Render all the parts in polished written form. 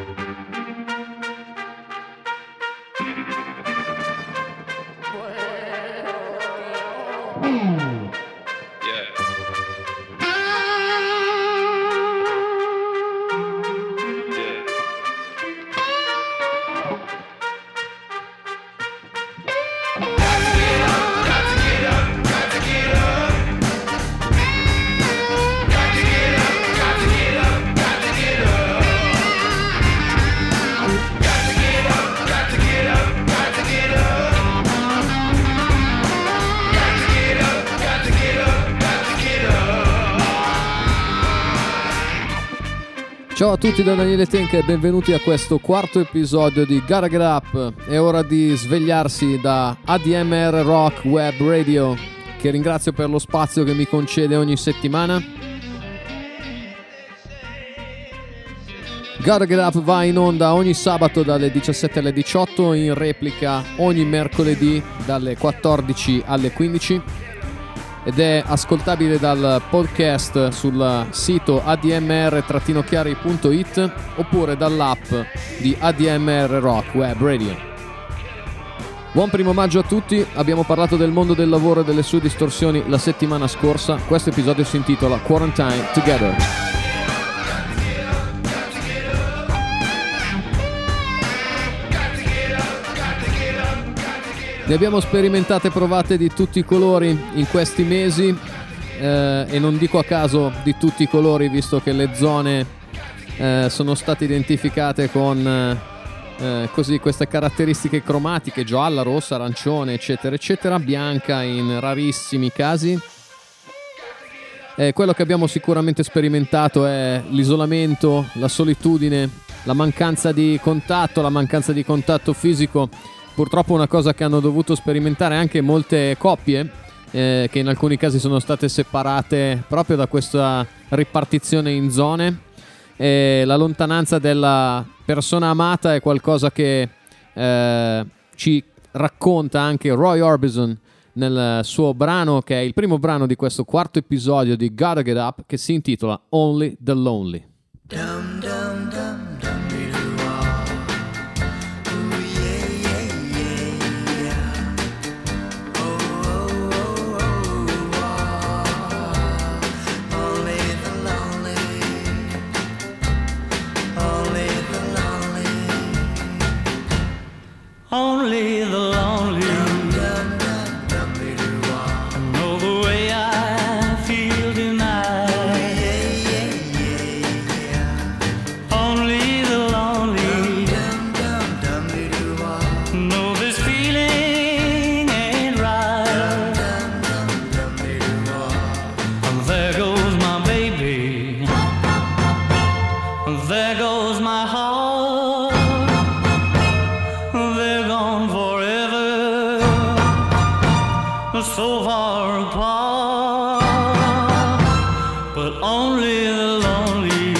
Ciao a tutti da Daniele Tenca e benvenuti a questo quarto episodio di Gotta Get Up. È ora di svegliarsi da ADMR Rock Web Radio, che ringrazio per lo spazio che mi concede ogni settimana. Gotta Get Up va in onda ogni sabato dalle 17 alle 18, in replica ogni mercoledì dalle 14 alle 15. Ed è ascoltabile dal podcast sul sito admr-chiari.it oppure dall'app di ADMR Rock Web Radio. Buon primo maggio a tutti. Abbiamo parlato del mondo del lavoro e delle sue distorsioni la settimana scorsa. Questo episodio si intitola Quarantine Together. Ne abbiamo sperimentate e provate di tutti i colori in questi mesi e non dico a caso di tutti i colori, visto che le zone sono state identificate con così queste caratteristiche cromatiche: gialla, rossa, arancione, eccetera eccetera, bianca in rarissimi casi. Quello che abbiamo sicuramente sperimentato è l'isolamento, la solitudine, la mancanza di contatto fisico. Purtroppo una cosa che hanno dovuto sperimentare anche molte coppie che in alcuni casi sono state separate proprio da questa ripartizione in zone. La lontananza della persona amata è qualcosa che ci racconta anche Roy Orbison nel suo brano, che è il primo brano di questo quarto episodio di Gotta Get Up, che si intitola Only the Lonely. Dum, dum, dum. Only the lonely know the way I feel tonight. Only the lonely know this feeling ain't right. There goes my baby, there goes my heart. So far apart, but only the lonely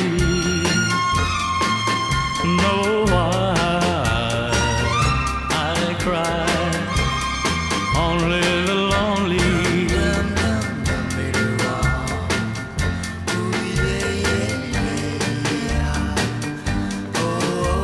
know why I cry. Only the lonely. Oh,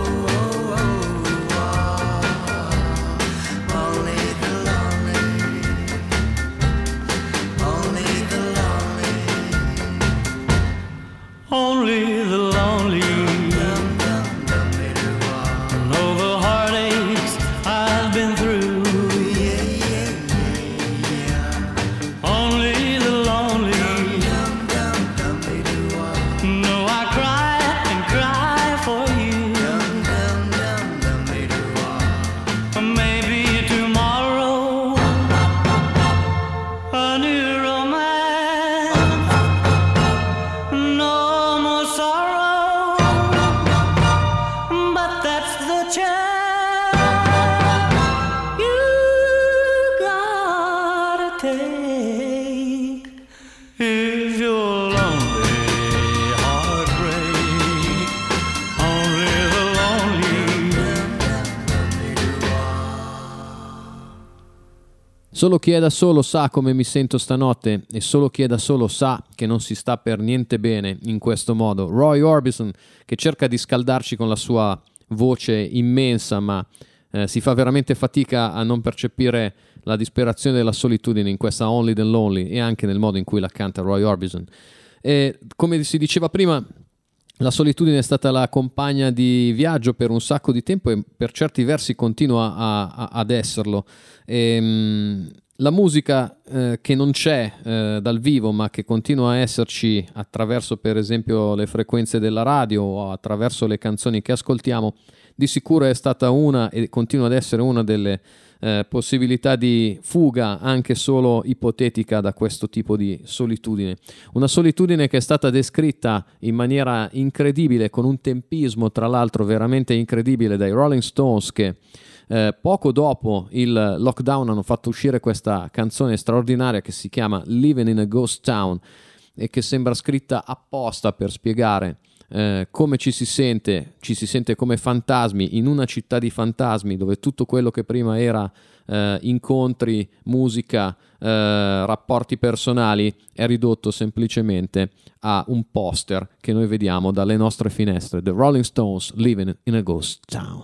Solo chi è da solo sa come mi sento stanotte e solo chi è da solo sa che non si sta per niente bene in questo modo. Roy Orbison, che cerca di scaldarci con la sua voce immensa, ma si fa veramente fatica a non percepire la disperazione della solitudine in questa Only the Lonely e anche nel modo in cui la canta Roy Orbison. E come si diceva prima, la solitudine è stata la compagna di viaggio per un sacco di tempo e per certi versi continua ad esserlo. La musica che non c'è dal vivo ma che continua a esserci attraverso per esempio le frequenze della radio o attraverso le canzoni che ascoltiamo, di sicuro è stata una e continua ad essere una delle possibilità di fuga anche solo ipotetica da questo tipo di solitudine. Una solitudine che è stata descritta in maniera incredibile, con un tempismo tra l'altro veramente incredibile, dai Rolling Stones, che poco dopo il lockdown hanno fatto uscire questa canzone straordinaria che si chiama Living in a Ghost Town e che sembra scritta apposta per spiegare come ci si sente come fantasmi in una città di fantasmi, dove tutto quello che prima era incontri, musica, rapporti personali è ridotto semplicemente a un poster che noi vediamo dalle nostre finestre. The Rolling Stones, Living in a Ghost Town.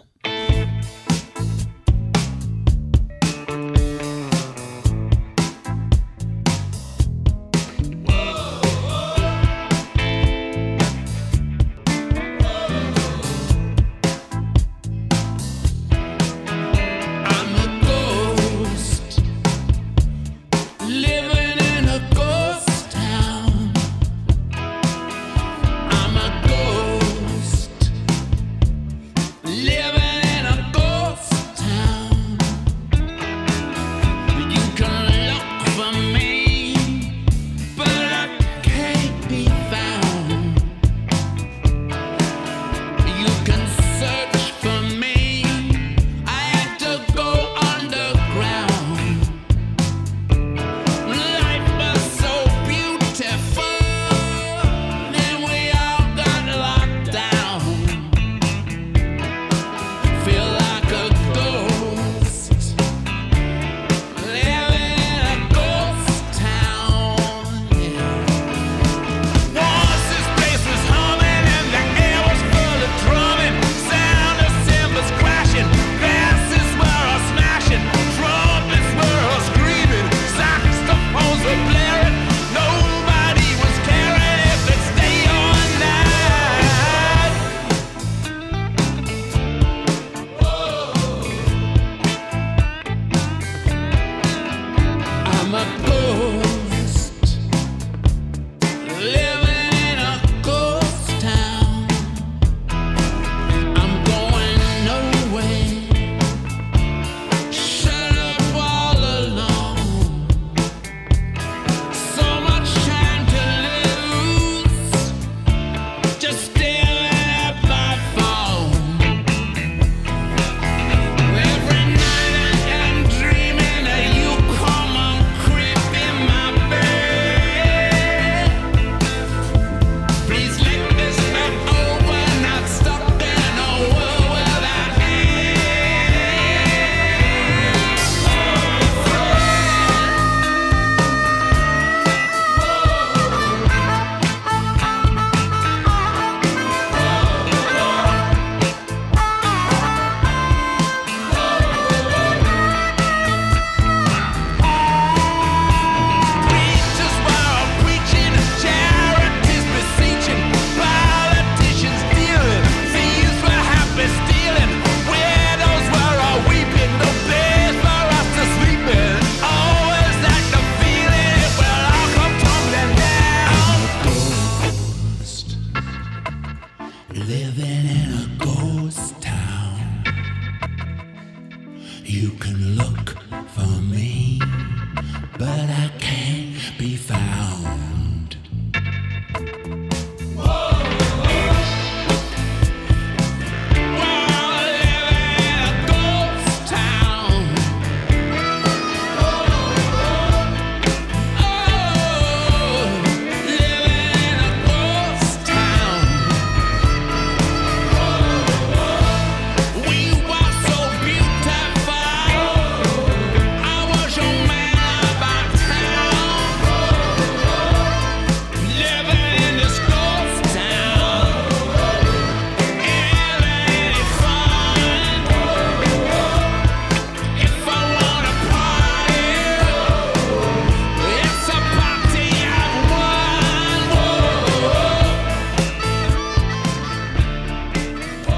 We were so beautiful. I was your man.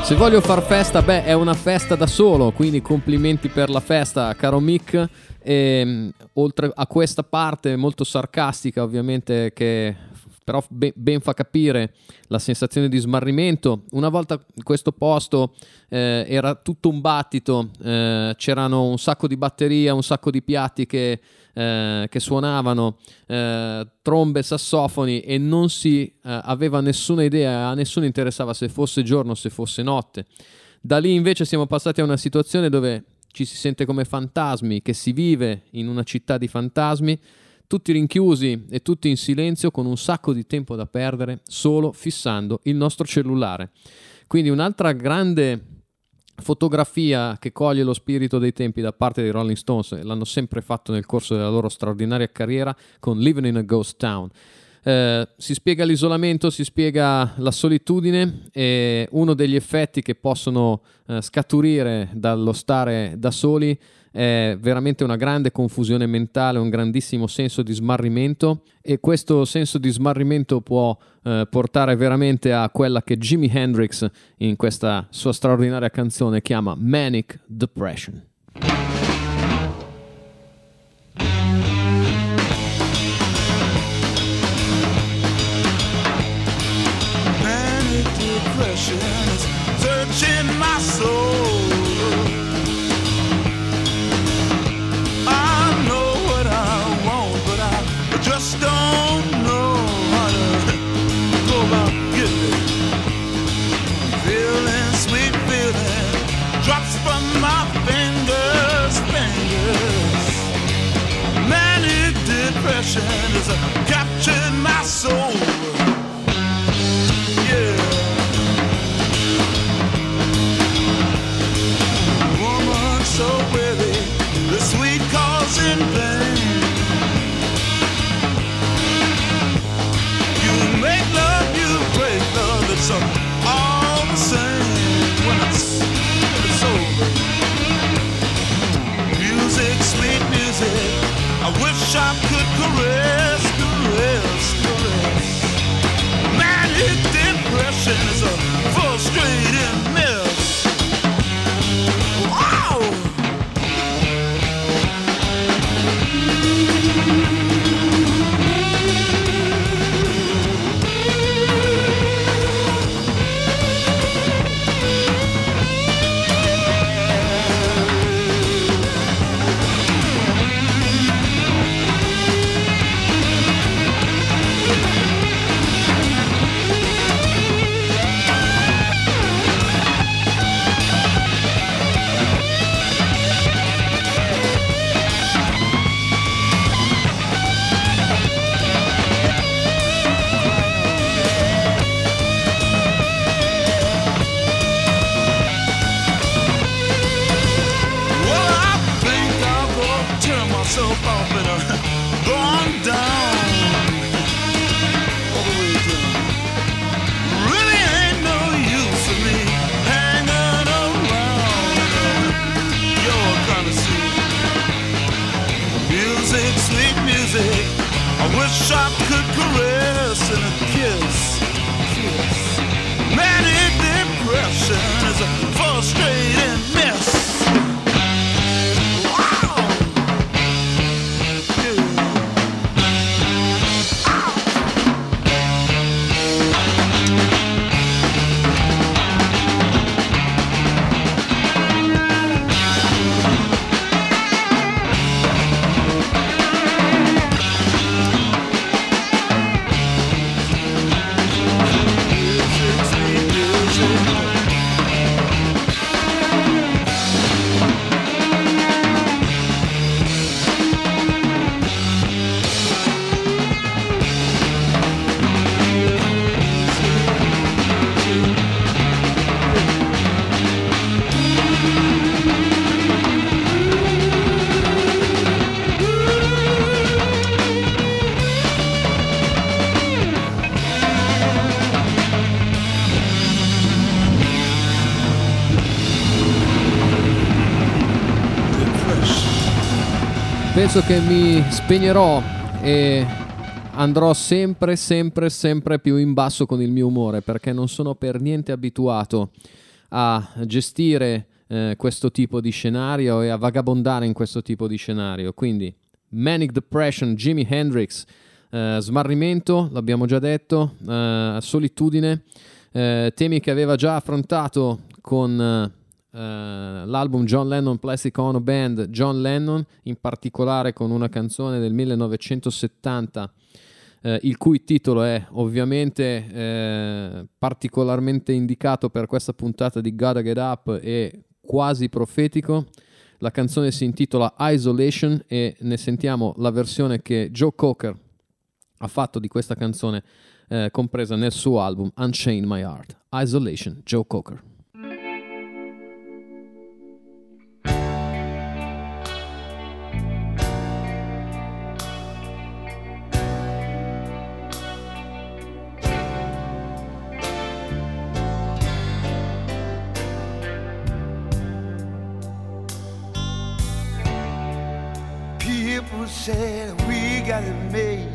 Se voglio far festa, è una festa da solo, quindi complimenti per la festa, caro Mick. E, oltre a questa parte molto sarcastica, ovviamente, che però ben fa capire la sensazione di smarrimento. Una volta in questo posto era tutto un battito, c'erano un sacco di batteria, un sacco di piatti che suonavano, trombe, sassofoni, e non si aveva nessuna idea, a nessuno interessava se fosse giorno o se fosse notte. Da lì invece siamo passati a una situazione dove ci si sente come fantasmi, che si vive in una città di fantasmi, tutti rinchiusi e tutti in silenzio, con un sacco di tempo da perdere solo fissando il nostro cellulare. Quindi un'altra grande fotografia che coglie lo spirito dei tempi da parte dei Rolling Stones. L'hanno sempre fatto nel corso della loro straordinaria carriera con Living in a Ghost Town. Si spiega l'isolamento, si spiega la solitudine, e uno degli effetti che possono scaturire dallo stare da soli è veramente una grande confusione mentale, un grandissimo senso di smarrimento, e questo senso di smarrimento può portare veramente a quella che Jimi Hendrix in questa sua straordinaria canzone chiama Manic Depression. Manic depression is searching my soul. Just don't know how to go about getting it. Feeling, sweet feeling, drops from my fingers. Manic depression has captured my soul. Yeah. Woman so weary, the sweet cause in vain. Make love, you break love, it's all the same when it's over. Music, sweet music, I wish I could caress. Manic depression is a frustrating mess. Wow! I wish I could caress and a kiss. Manic depression is a frustrating mess. Penso che mi spegnerò e andrò sempre più in basso con il mio umore, perché non sono per niente abituato a gestire questo tipo di scenario e a vagabondare in questo tipo di scenario. Quindi Manic Depression, Jimi Hendrix, smarrimento, l'abbiamo già detto, solitudine, temi che aveva già affrontato con l'album John Lennon Plastic Ono Band, John Lennon, in particolare con una canzone del 1970 il cui titolo è ovviamente particolarmente indicato per questa puntata di Gotta Get Up e quasi profetico. La canzone si intitola Isolation e ne sentiamo la versione che Joe Cocker ha fatto di questa canzone compresa nel suo album Unchain My Heart. Isolation, Joe Cocker. People said we got it made.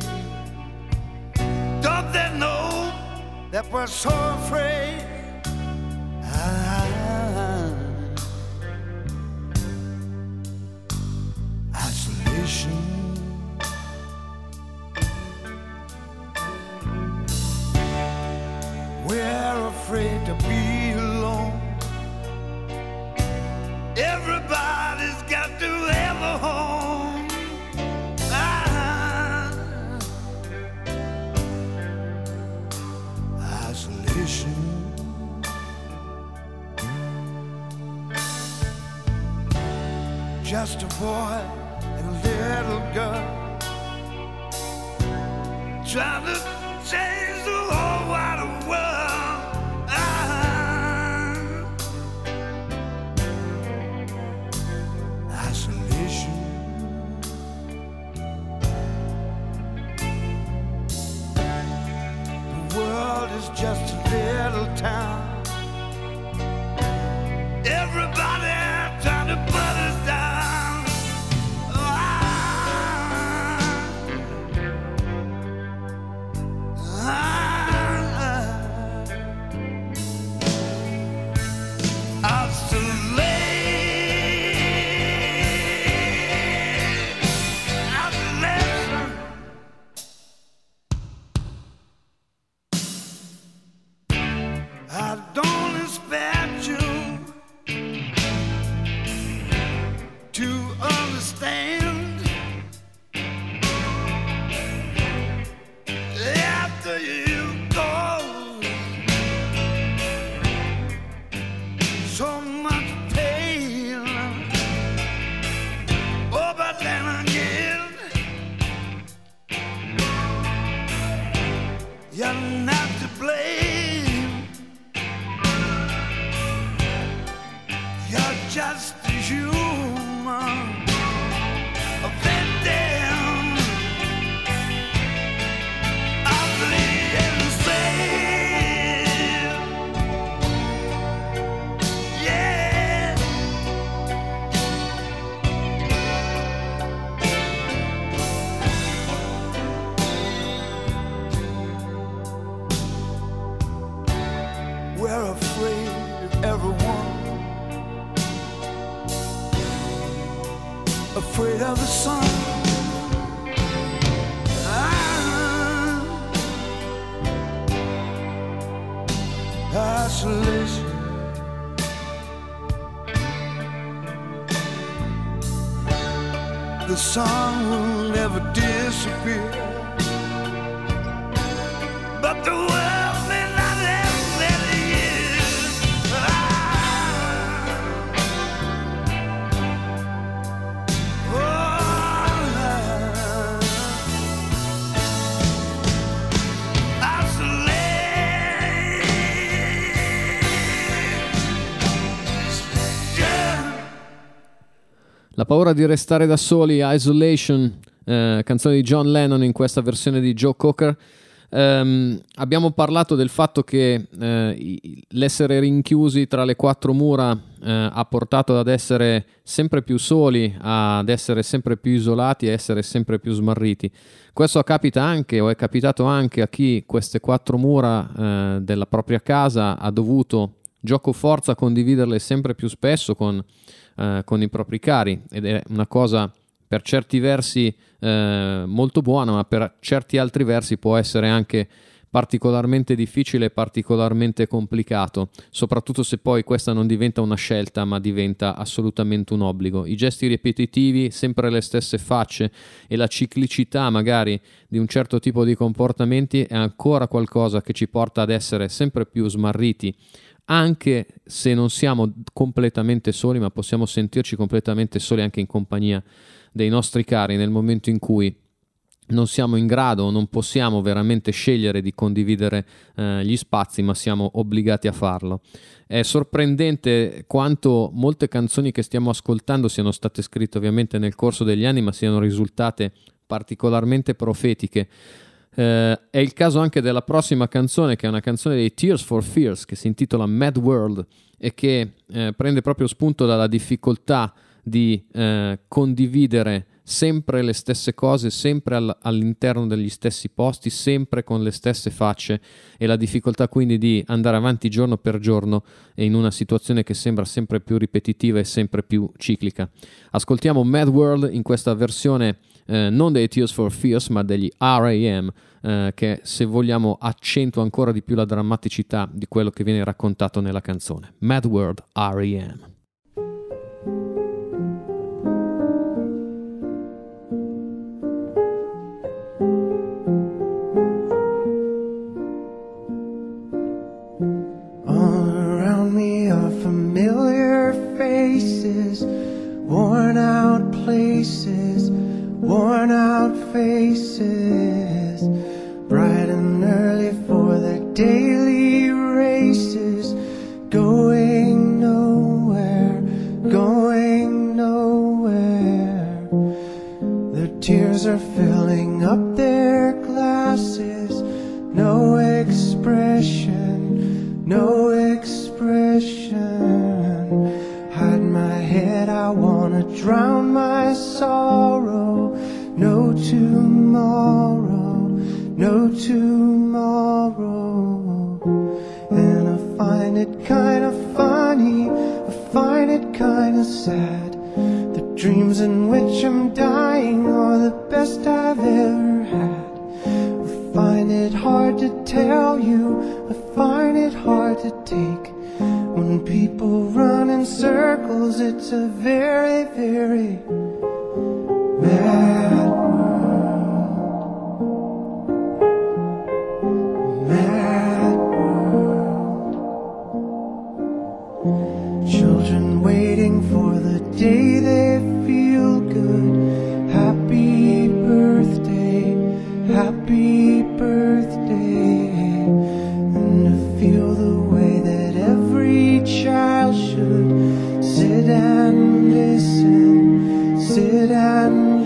Don't they know that we're so afraid? Isolation. We're afraid to be alone. Everybody's got to have a home. Isolation. Just a boy and a little girl trying to change the whole wide world. Isolation. The world is just a little town. Everybody trying to put us down. I don't expect you to understand. After you go, so much pain. Oh, but then again, you're not to blame. You're just a human, a victim of the insane. Yeah. We're afraid of everyone. Afraid of the sun. Isolation. The sun will never disappear, but the world may not have many years. La paura di restare da soli, Isolation, canzone di John Lennon in questa versione di Joe Cocker. Abbiamo parlato del fatto che l'essere rinchiusi tra le quattro mura ha portato ad essere sempre più soli, ad essere sempre più isolati e essere sempre più smarriti. Questo capita anche, o è capitato anche a chi queste quattro mura della propria casa ha dovuto gioco forza a condividerle sempre più spesso con i propri cari, ed è una cosa per certi versi molto buona, ma per certi altri versi può essere anche particolarmente difficile e particolarmente complicato, soprattutto se poi questa non diventa una scelta ma diventa assolutamente un obbligo. I gesti ripetitivi, sempre le stesse facce e la ciclicità magari di un certo tipo di comportamenti è ancora qualcosa che ci porta ad essere sempre più smarriti, anche se non siamo completamente soli, ma possiamo sentirci completamente soli anche in compagnia dei nostri cari nel momento in cui non siamo in grado o non possiamo veramente scegliere di condividere gli spazi, ma siamo obbligati a farlo. È sorprendente quanto molte canzoni che stiamo ascoltando siano state scritte ovviamente nel corso degli anni, ma siano risultate particolarmente profetiche. È il caso anche della prossima canzone, che è una canzone dei Tears for Fears che si intitola Mad World e che prende proprio spunto dalla difficoltà di condividere sempre le stesse cose, sempre all'interno degli stessi posti, sempre con le stesse facce, e la difficoltà quindi di andare avanti giorno per giorno e in una situazione che sembra sempre più ripetitiva e sempre più ciclica. Ascoltiamo Mad World in questa versione non dei Tears for Fears ma degli R.A.M., che, se vogliamo, accentua ancora di più la drammaticità di quello che viene raccontato nella canzone. Mad World, R.A.M. Worn out places, worn out faces, bright and early for their daily races, going nowhere, going nowhere. Their tears are filling up their glasses, no expression, no expression. Hide my head, I wanna drown my sorrow. No tomorrow, no tomorrow. And I find it kinda funny, I find it kinda sad. The dreams in which I'm dying are the best I've ever had. I find it hard to tell you, I find it hard to take. When people run in circles, it's a very, very mad world. Mad world. Children waiting for the day they feel good. Happy birthday, happy birthday. And to feel the way that every child should sit and listen, sit and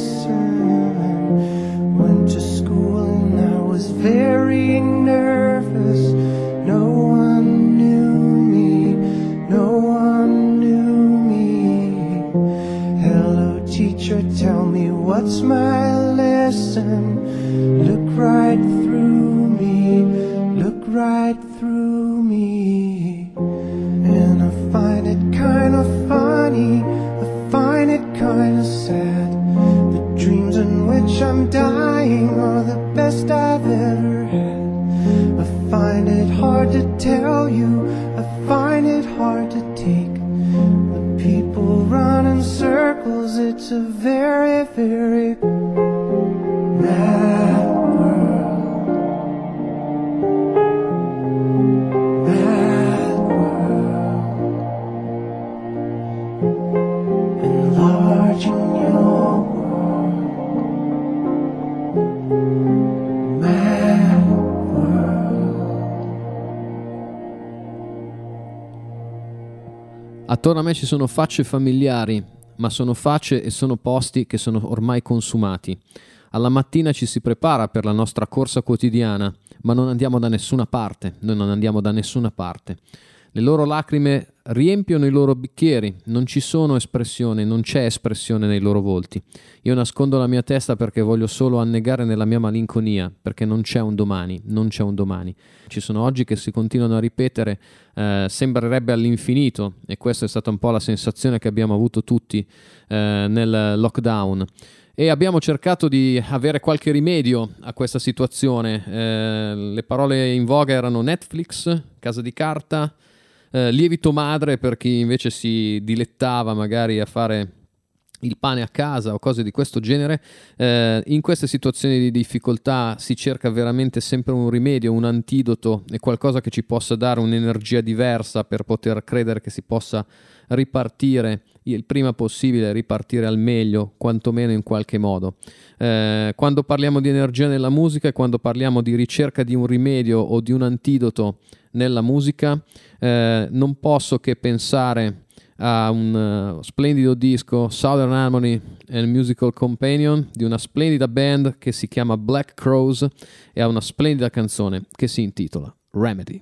listen. Went to school and I was very nervous. No one knew me, no one knew me. Hello teacher, tell me what's my lesson. Look right through me, look right through me. And I find it kind of funny, I find it kind of sad. The dreams in which I'm dying are the best I've ever had. I find it hard to tell you, I find it hard to take. When people run in circles, it's a very, very mad world. Mad world. Enlarging your world. Mad world. Attorno a me ci sono facce familiari, ma sono facce e sono posti che sono ormai consumati. Alla mattina ci si prepara per la nostra corsa quotidiana, ma non andiamo da nessuna parte, noi non andiamo da nessuna parte. Le loro lacrime riempiono i loro bicchieri, non ci sono espressioni, non c'è espressione nei loro volti. Io nascondo la mia testa perché voglio solo annegare nella mia malinconia, perché non c'è un domani, non c'è un domani. Ci sono oggi che si continuano a ripetere, sembrerebbe all'infinito, e questa è stata un po' la sensazione che abbiamo avuto tutti nel lockdown. E abbiamo cercato di avere qualche rimedio a questa situazione. Le parole in voga erano Netflix, casa di carta, lievito madre per chi invece si dilettava magari a fare il pane a casa o cose di questo genere. In queste situazioni di difficoltà si cerca veramente sempre un rimedio, un antidoto e qualcosa che ci possa dare un'energia diversa per poter credere che si possa ripartire il prima possibile, ripartire al meglio, quantomeno in qualche modo. Quando parliamo di energia nella musica e quando parliamo di ricerca di un rimedio o di un antidoto nella musica, non posso che pensare a un splendido disco, Southern Harmony and Musical Companion, di una splendida band che si chiama Black Crowes, e ha una splendida canzone che si intitola Remedy.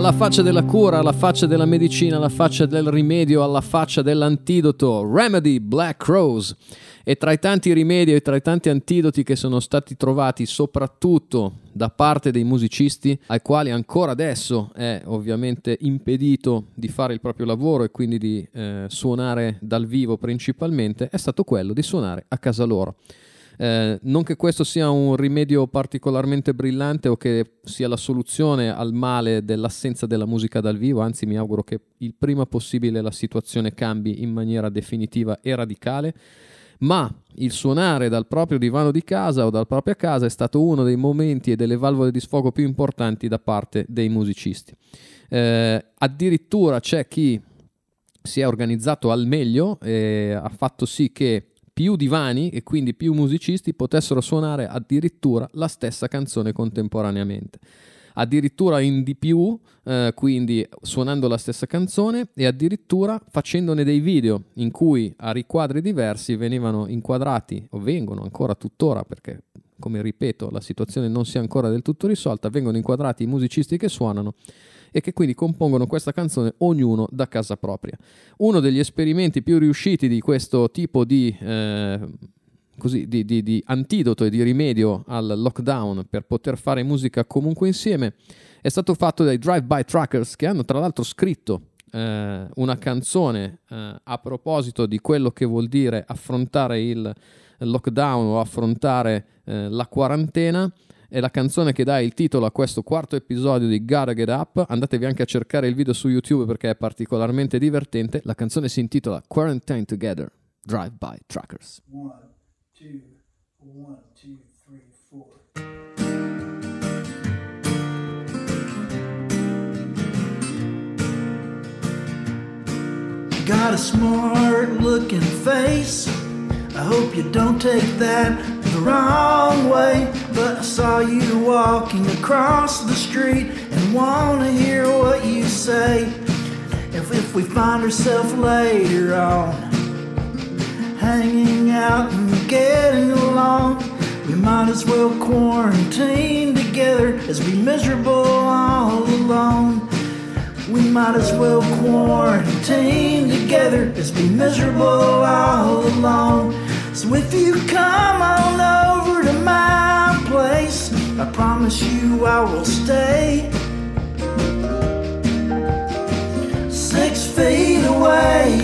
Alla faccia della cura, alla faccia della medicina, alla faccia del rimedio, alla faccia dell'antidoto, Remedy Black Crowes. E tra i tanti rimedi e tra i tanti antidoti che sono stati trovati soprattutto da parte dei musicisti, ai quali ancora adesso è ovviamente impedito di fare il proprio lavoro e quindi di suonare dal vivo principalmente, è stato quello di suonare a casa loro. Non che questo sia un rimedio particolarmente brillante o che sia la soluzione al male dell'assenza della musica dal vivo, anzi mi auguro che il prima possibile la situazione cambi in maniera definitiva e radicale, ma il suonare dal proprio divano di casa o dalla propria casa è stato uno dei momenti e delle valvole di sfogo più importanti da parte dei musicisti. Addirittura c'è chi si è organizzato al meglio e ha fatto sì che più divani e quindi più musicisti potessero suonare addirittura la stessa canzone contemporaneamente. Addirittura in di più, quindi suonando la stessa canzone e addirittura facendone dei video in cui a riquadri diversi venivano inquadrati, o vengono ancora tuttora, perché come ripeto la situazione non si è ancora del tutto risolta, vengono inquadrati i musicisti che suonano e che quindi compongono questa canzone ognuno da casa propria. Uno degli esperimenti più riusciti di questo tipo di antidoto e di rimedio al lockdown per poter fare musica comunque insieme è stato fatto dai Drive-By Truckers, che hanno tra l'altro scritto una canzone a proposito di quello che vuol dire affrontare il lockdown o affrontare la quarantena. È la canzone che dà il titolo a questo quarto episodio di Gotta Get Up. Andatevi anche a cercare il video su YouTube perché è particolarmente divertente. La canzone si intitola Quarantine Together, Drive-By Truckers. 1, 2, 1, 2, 3, 4. Got a smart looking face. I hope you don't take that the wrong way. But I saw you walking across the street and wanna hear what you say. If we find ourselves later on hanging out and getting along, we might as well quarantine together as be miserable all alone. We might as well quarantine together as be miserable all alone. So if you come on over to my place, I promise you I will stay 6 feet away.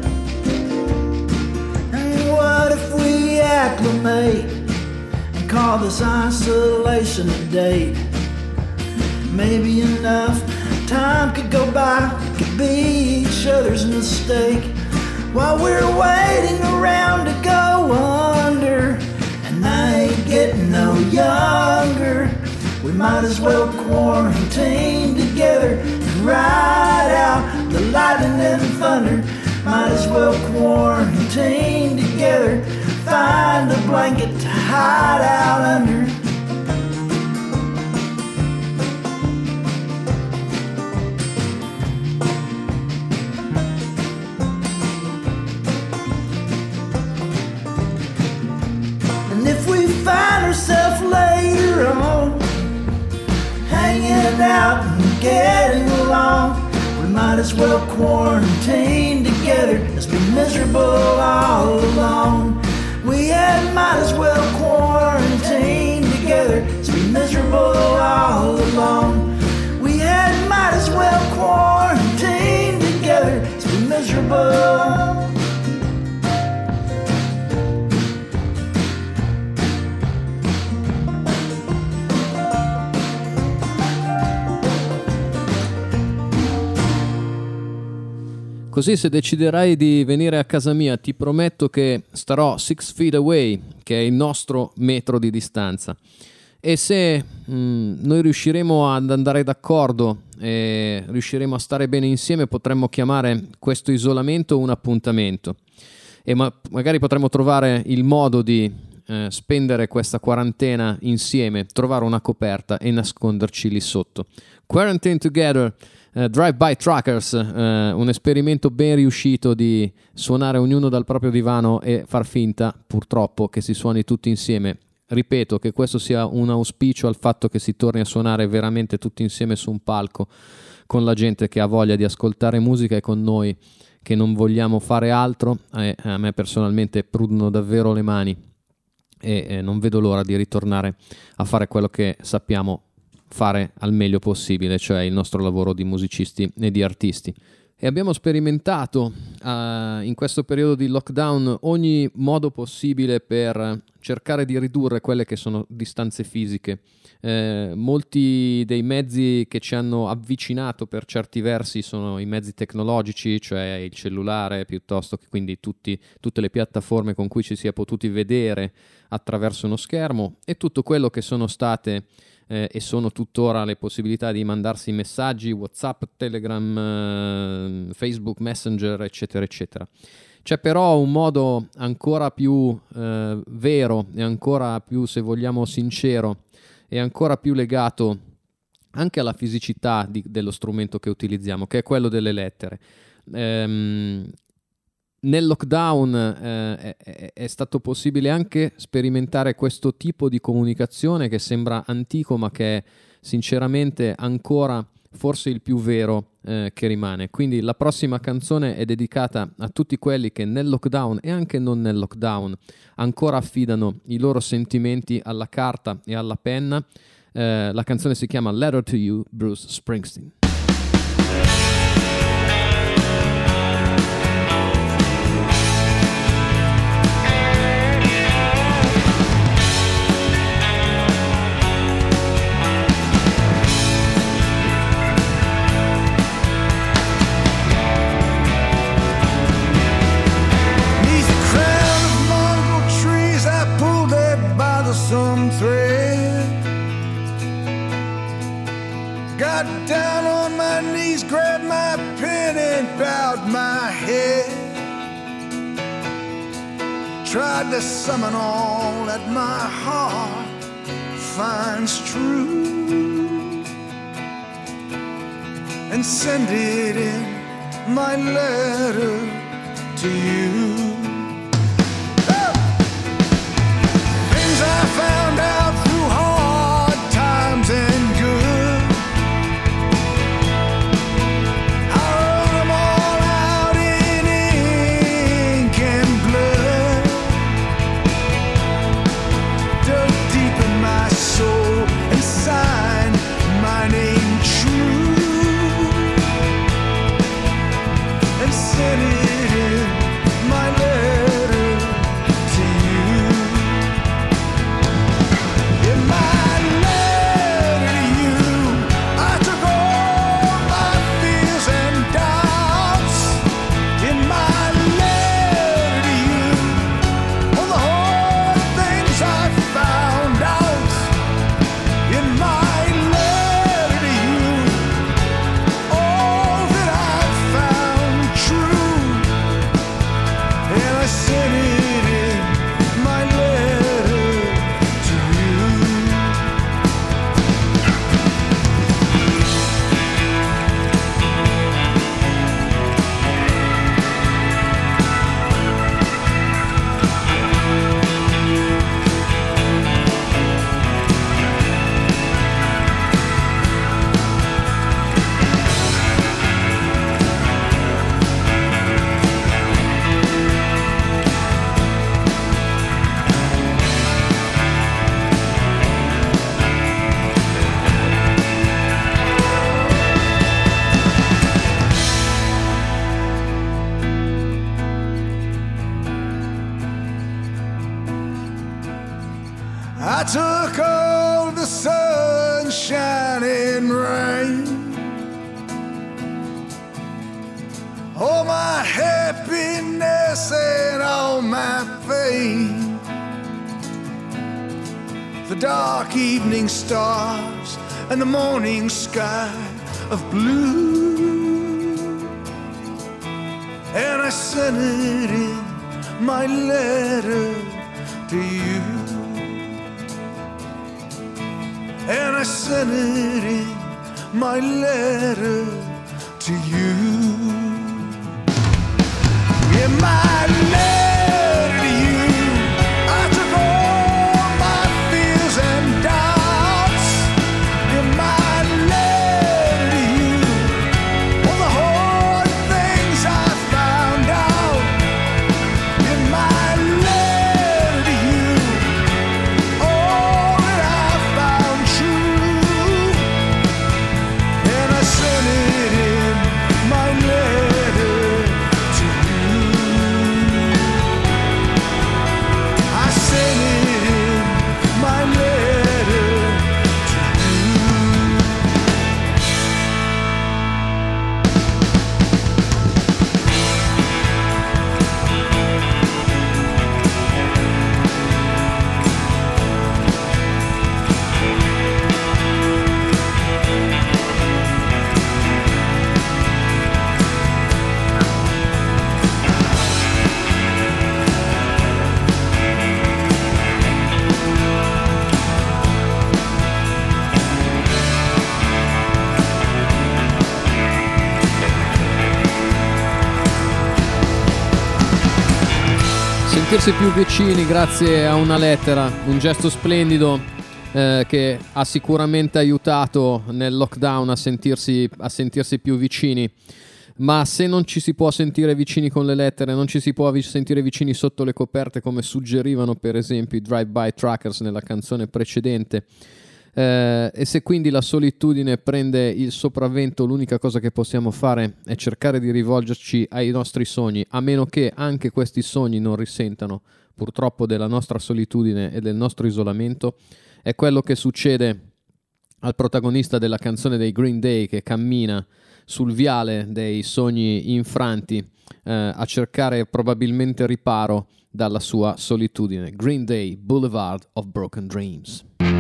And what if we acclimate and call this isolation a date? Maybe enough time could go by, it could be each other's mistake. While we're waiting around to go under, and I ain't getting no younger, we might as well quarantine together and ride out the lightning and thunder. Might as well quarantine together, find a blanket to hide out under. Find ourselves later on hanging out and getting along, we might as well quarantine together as be miserable all alone. We might as well quarantine together as be miserable all alone. We might as well quarantine together as be miserable. Così se deciderai di venire a casa mia ti prometto che starò 6 feet away, che è il nostro metro di distanza. E se noi riusciremo ad andare d'accordo e riusciremo a stare bene insieme, potremmo chiamare questo isolamento un appuntamento. E magari potremmo trovare il modo di spendere questa quarantena insieme, trovare una coperta e nasconderci lì sotto. Quarantine Together, Drive-By Truckers, un esperimento ben riuscito di suonare ognuno dal proprio divano e far finta, purtroppo, che si suoni tutti insieme. Ripeto che questo sia un auspicio al fatto che si torni a suonare veramente tutti insieme su un palco con la gente che ha voglia di ascoltare musica e con noi che non vogliamo fare altro. A me personalmente prudono davvero le mani e non vedo l'ora di ritornare a fare quello che sappiamo fare al meglio possibile, cioè il nostro lavoro di musicisti e di artisti. E abbiamo sperimentato in questo periodo di lockdown ogni modo possibile per cercare di ridurre quelle che sono distanze fisiche. Molti dei mezzi che ci hanno avvicinato per certi versi sono i mezzi tecnologici, cioè il cellulare, piuttosto che quindi tutte le piattaforme con cui ci si è potuti vedere attraverso uno schermo, e tutto quello che sono state e sono tuttora le possibilità di mandarsi messaggi, WhatsApp, Telegram, Facebook Messenger, eccetera eccetera. C'è però un modo ancora più vero e ancora più, se vogliamo, sincero e ancora più legato anche alla fisicità dello strumento che utilizziamo, che è quello delle lettere. Nel lockdown è stato possibile anche sperimentare questo tipo di comunicazione che sembra antico, ma che è sinceramente ancora forse il più vero che rimane. Quindi la prossima canzone è dedicata a tutti quelli che nel lockdown e anche non nel lockdown ancora affidano i loro sentimenti alla carta e alla penna. La canzone si chiama Letter to You, Bruce Springsteen. Some thread. Got down on my knees, grabbed my pen and bowed my head. Tried to summon all that my heart finds true and send it in my letter to you. I found out through hard times and good. I wrote them all out in ink and blood. Dug deep in my soul and signed my name true and sent it in my letter to you. I took all the sunshine and rain, all my happiness and all my pain, the dark evening stars and the morning sky of blue, and I sent it in my letter to you. And I sent it in my letter to you. In my letter to you, I took all my fears and doubts. In my letter to you, sentirsi più vicini grazie a una lettera, un gesto splendido che ha sicuramente aiutato nel lockdown a sentirsi più vicini. Ma se non ci si può sentire vicini con le lettere, non ci si può sentire vicini sotto le coperte come suggerivano per esempio i Drive-By Truckers nella canzone precedente, e se quindi la solitudine prende il sopravvento, l'unica cosa che possiamo fare è cercare di rivolgerci ai nostri sogni, a meno che anche questi sogni non risentano purtroppo della nostra solitudine e del nostro isolamento. È quello che succede al protagonista della canzone dei Green Day, che cammina sul viale dei sogni infranti a cercare probabilmente riparo dalla sua solitudine. Green Day, Boulevard of Broken Dreams.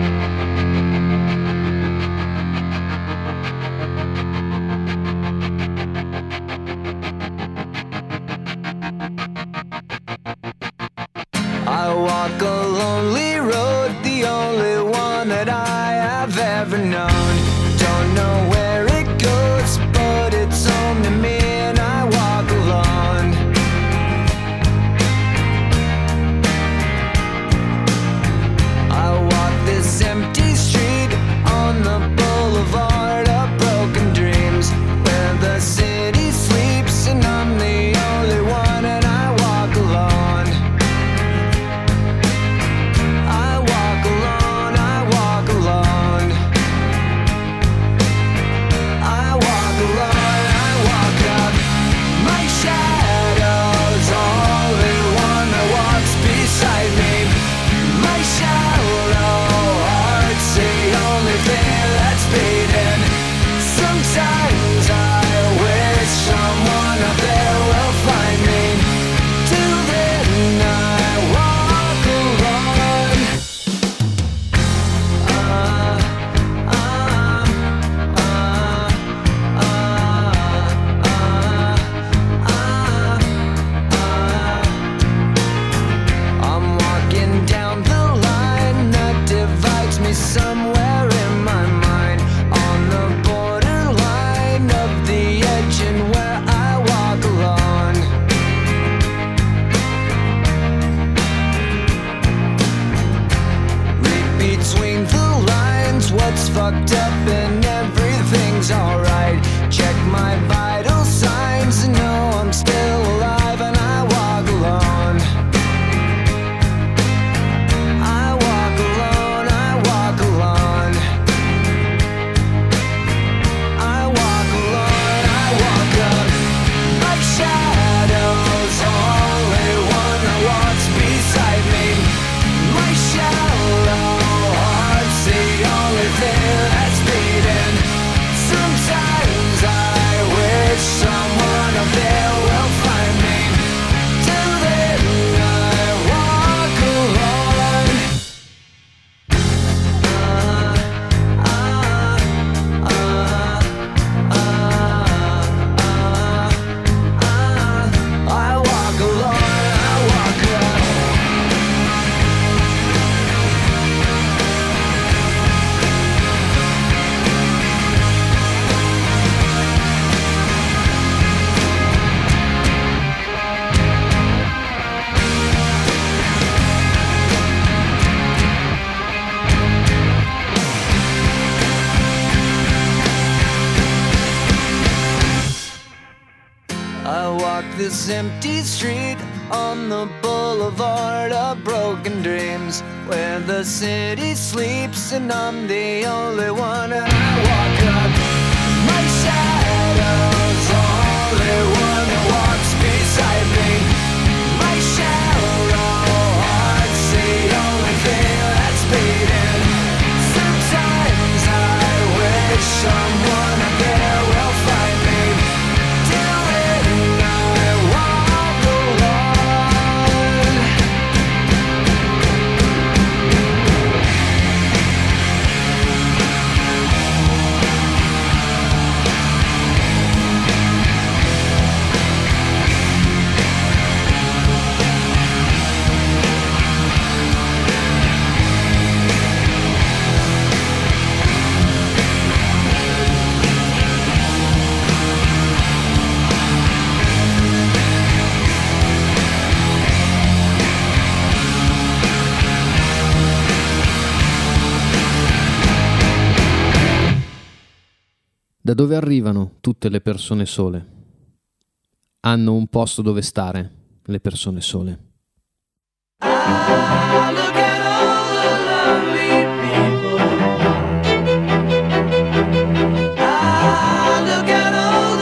I walk a lonely road, the only one that I have ever known. Don't know where it goes, but it's home to me, and I walk alone. I walk this empty street on the boulevard of broken dreams, where the city sleeps and I'm the only one, and I walk alone. I walk alone, I walk alone. I walk alone, I walk up. My shadow's only one that walks beside me. My shallow heart's the only thing that's beating. Sometimes I wish someone up there will find me. Till then I walk alone. I'm walking down the line that divides me somewhere in my mind, on the borderline of the edge and where I walk alone. Read between the lines what's fucked up and everything's alright. Check my vital signs and know I'm still alive, and I walk alone. I walk alone, I walk alone. I walk alone, I walk up. My shadow's only one that walks beside me. My shallow heart's the only thing that's beating. Sometimes I wish someone up there will find me. Till then I walk alone. I walk alone, I walk alone. I walk this empty street on the boulevard of broken dreams, where the city sleeps and I'm the only one, and I walk up. My shadow's only one that walks beside me. My shallow heart's the only thing that's beating. Sometimes I wish someone up there will find me. Till then I walk alone. Da dove arrivano tutte le persone sole? Hanno un posto dove stare le persone sole. Ah, look at all the lonely people. Ah, look at all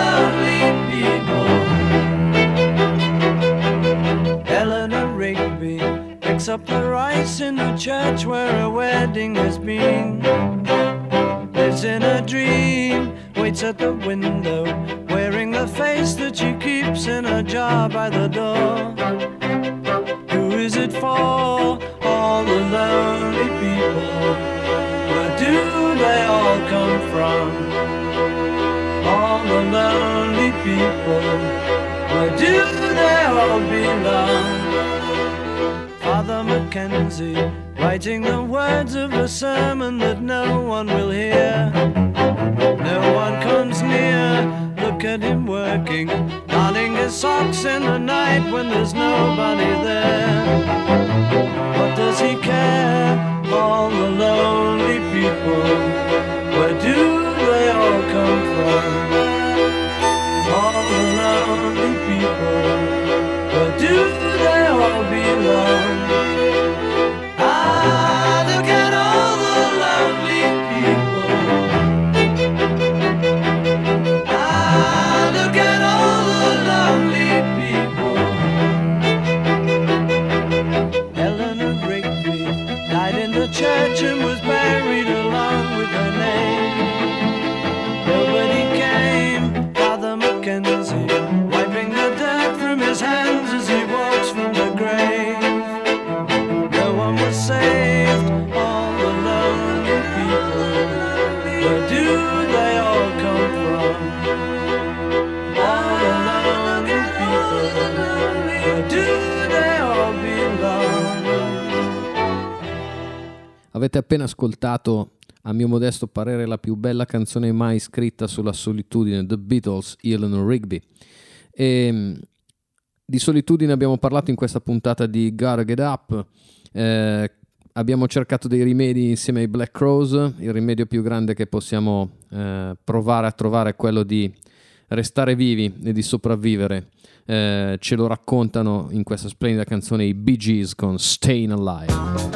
the lonely people. Eleanor Rigby picks up the rice in the church where a wedding has been. Lives in a dream, waits at the window, wearing the face that she keeps in a jar by the door. Who is it for? All the lonely people. Where do they all come from? All the lonely people. Where do they all belong? Father Mackenzie, writing the words of a sermon that no one will hear. No one comes near. Look at him working, darning his socks in the night when there's nobody there. What does he care? All the lonely people. Where do they all come from? All the lonely people. Where do they all belong? Ah, look at all the lonely people. Ah, look at all the lonely people. Eleanor Rigby died in the church and was buried along with her name. Nobody came. Father Mackenzie wiping the dirt from his hands as he walks from the grave. No one was saved. All the lonely people. Where do they all come from? All the lonely people. Where do they all belong? Avete appena ascoltato, a mio modesto parere, la più bella canzone mai scritta sulla solitudine, The Beatles, Eleanor Rigby. E di solitudine abbiamo parlato in questa puntata di Gotta Get Up. Abbiamo cercato dei rimedi insieme ai Black Crowes. Il rimedio più grande che possiamo provare a trovare è quello di restare vivi e di sopravvivere. Ce lo raccontano in questa splendida canzone i Bee Gees con Stayin' Alive.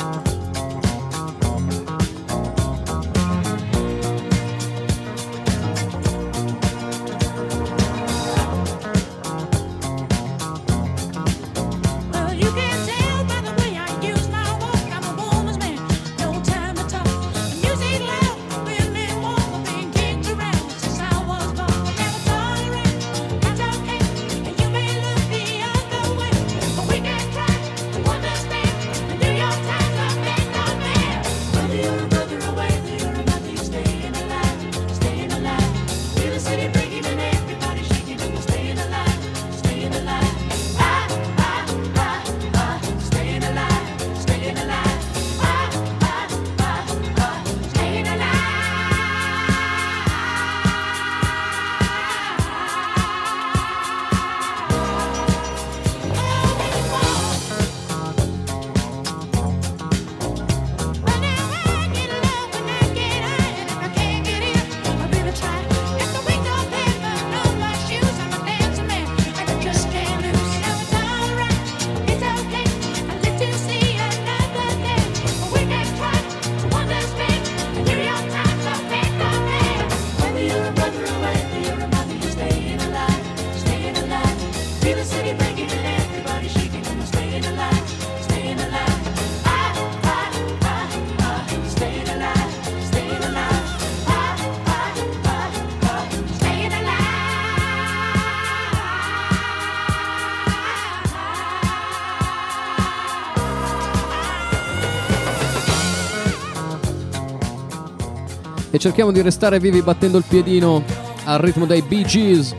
E cerchiamo di restare vivi battendo il piedino al ritmo dei Bee Gees.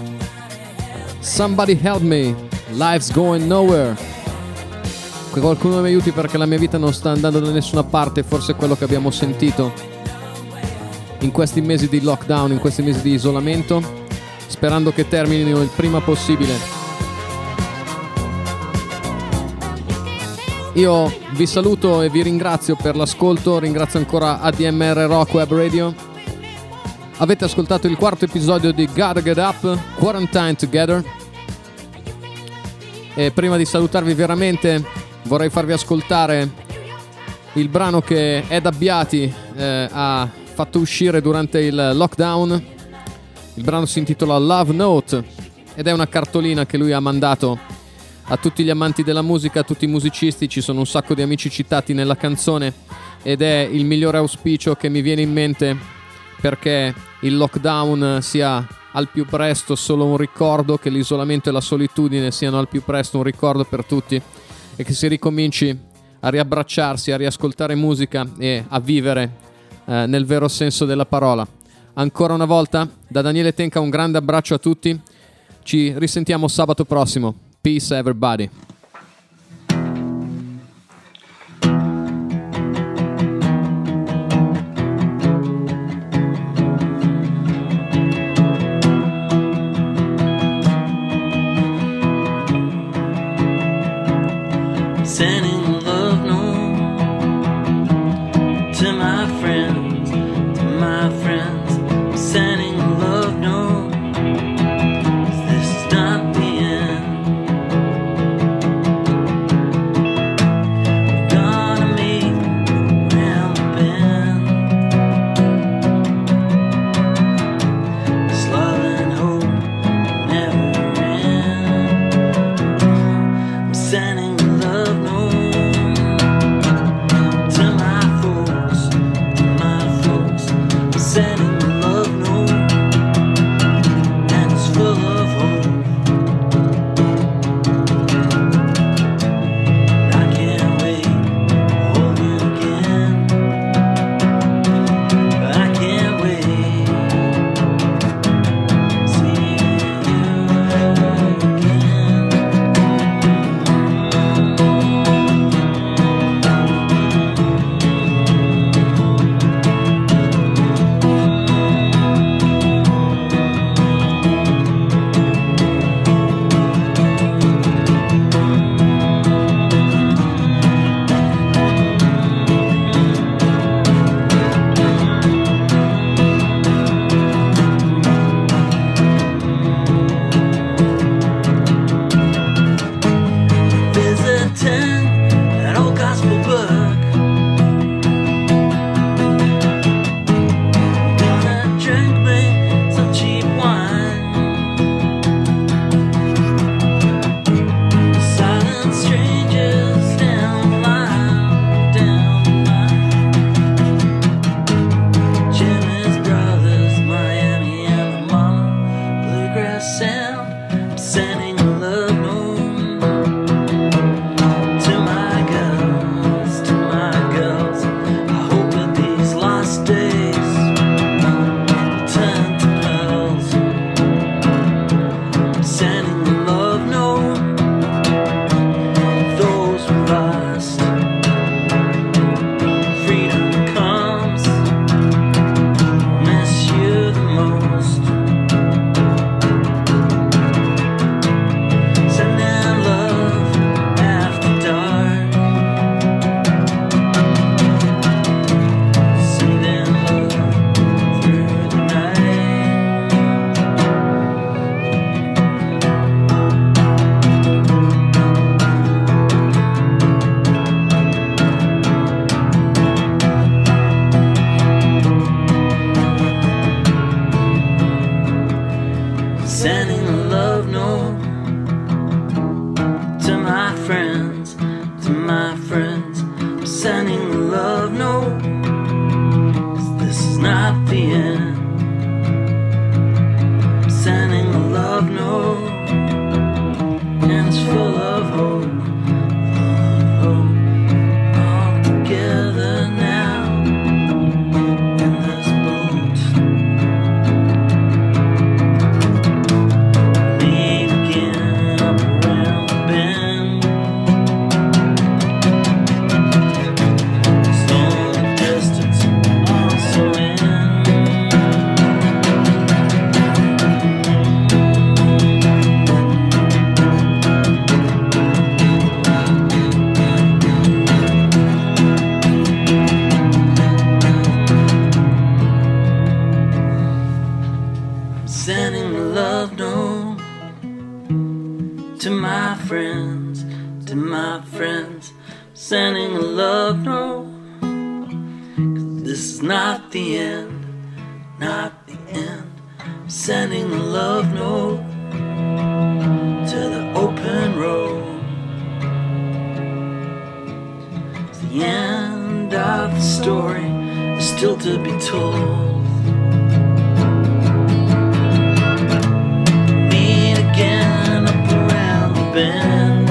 Somebody help me, life's going nowhere. Che qualcuno mi aiuti perché la mia vita non sta andando da nessuna parte. Forse è quello che abbiamo sentito in questi mesi di lockdown, in questi mesi di isolamento, sperando che terminino il prima possibile. Io vi saluto e vi ringrazio per l'ascolto, ringrazio ancora ADMR Rock Web Radio Avete ascoltato il quarto episodio di Gotta Get Up, Quarantine Together. E prima di salutarvi veramente vorrei farvi ascoltare il brano che Ed Abbiati ha fatto uscire durante il lockdown. Il brano si intitola Love Note ed è una cartolina che lui ha mandato a tutti gli amanti della musica, a tutti i musicisti. Ci sono un sacco di amici citati nella canzone ed è il migliore auspicio che mi viene in mente, perché il lockdown sia al più presto solo un ricordo, che l'isolamento e la solitudine siano al più presto un ricordo per tutti e che si ricominci a riabbracciarsi, a riascoltare musica e a vivere nel vero senso della parola. Ancora una volta da Daniele Tenca un grande abbraccio a tutti, ci risentiamo sabato prossimo. Peace everybody. Sending love note to my friends, sending love note. This is not the end. We're gonna meet around the bend. This love and hope never end. I'm sending love note. friends, sending a love note. 'Cause this is not the end, not the end. I'm sending a love note to the open road. It's the end of the story, is still to be told. Meet again up around the bend.